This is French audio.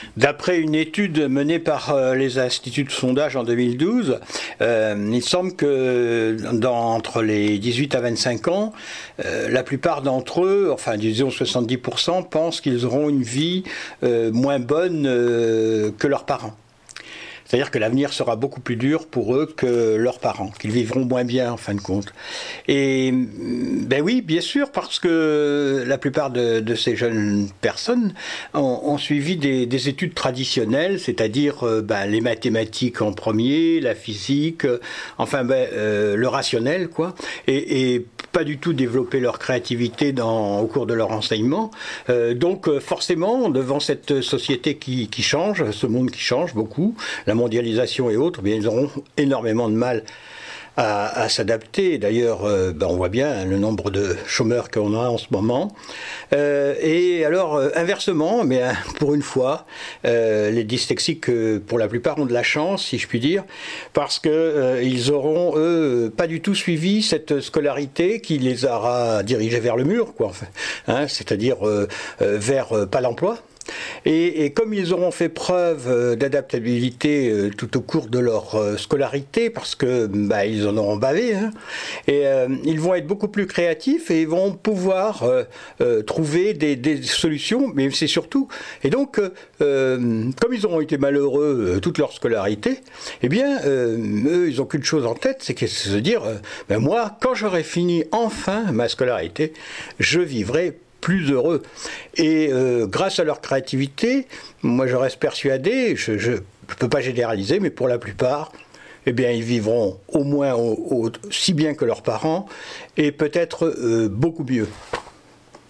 D'après une étude menée par les instituts de sondage en 2012, il semble que entre les 18 à 25 ans, la plupart d'entre eux, enfin disons 70%, pensent qu'ils auront une vie moins bonne que leurs parents. C'est-à-dire que l'avenir sera beaucoup plus dur pour eux que leurs parents, qu'ils vivront moins bien en fin de compte. Et ben oui, bien sûr, parce que la plupart de ces jeunes personnes ont suivi des études traditionnelles, c'est-à-dire les mathématiques en premier, la physique, le rationnel, quoi, et pas du tout développer leur créativité au cours de leur enseignement. Donc forcément, devant cette société qui change, ce monde qui change beaucoup, la mondialisation et autres, bien, ils auront énormément de mal à s'adapter. D'ailleurs, on voit bien le nombre de chômeurs qu'on a en ce moment. Et alors, inversement, mais pour une fois, les dyslexiques, pour la plupart, ont de la chance, si je puis dire, parce que ils auront, eux, pas du tout suivi cette scolarité qui les aura dirigés vers le mur, quoi. C'est-à-dire vers pas l'emploi. Et comme ils auront fait preuve d'adaptabilité tout au cours de leur scolarité, parce que ils en auront bavé, et ils vont être beaucoup plus créatifs et ils vont pouvoir trouver des solutions, mais c'est surtout. Et donc, comme ils auront été malheureux toute leur scolarité, eh bien, eux, ils n'ont qu'une chose en tête, c'est se dire, moi, quand j'aurai fini enfin ma scolarité, je vivrai plus heureux. Et grâce à leur créativité, moi je reste persuadé, je ne peux pas généraliser, mais pour la plupart, eh bien, ils vivront au moins aussi bien que leurs parents, et peut-être beaucoup mieux.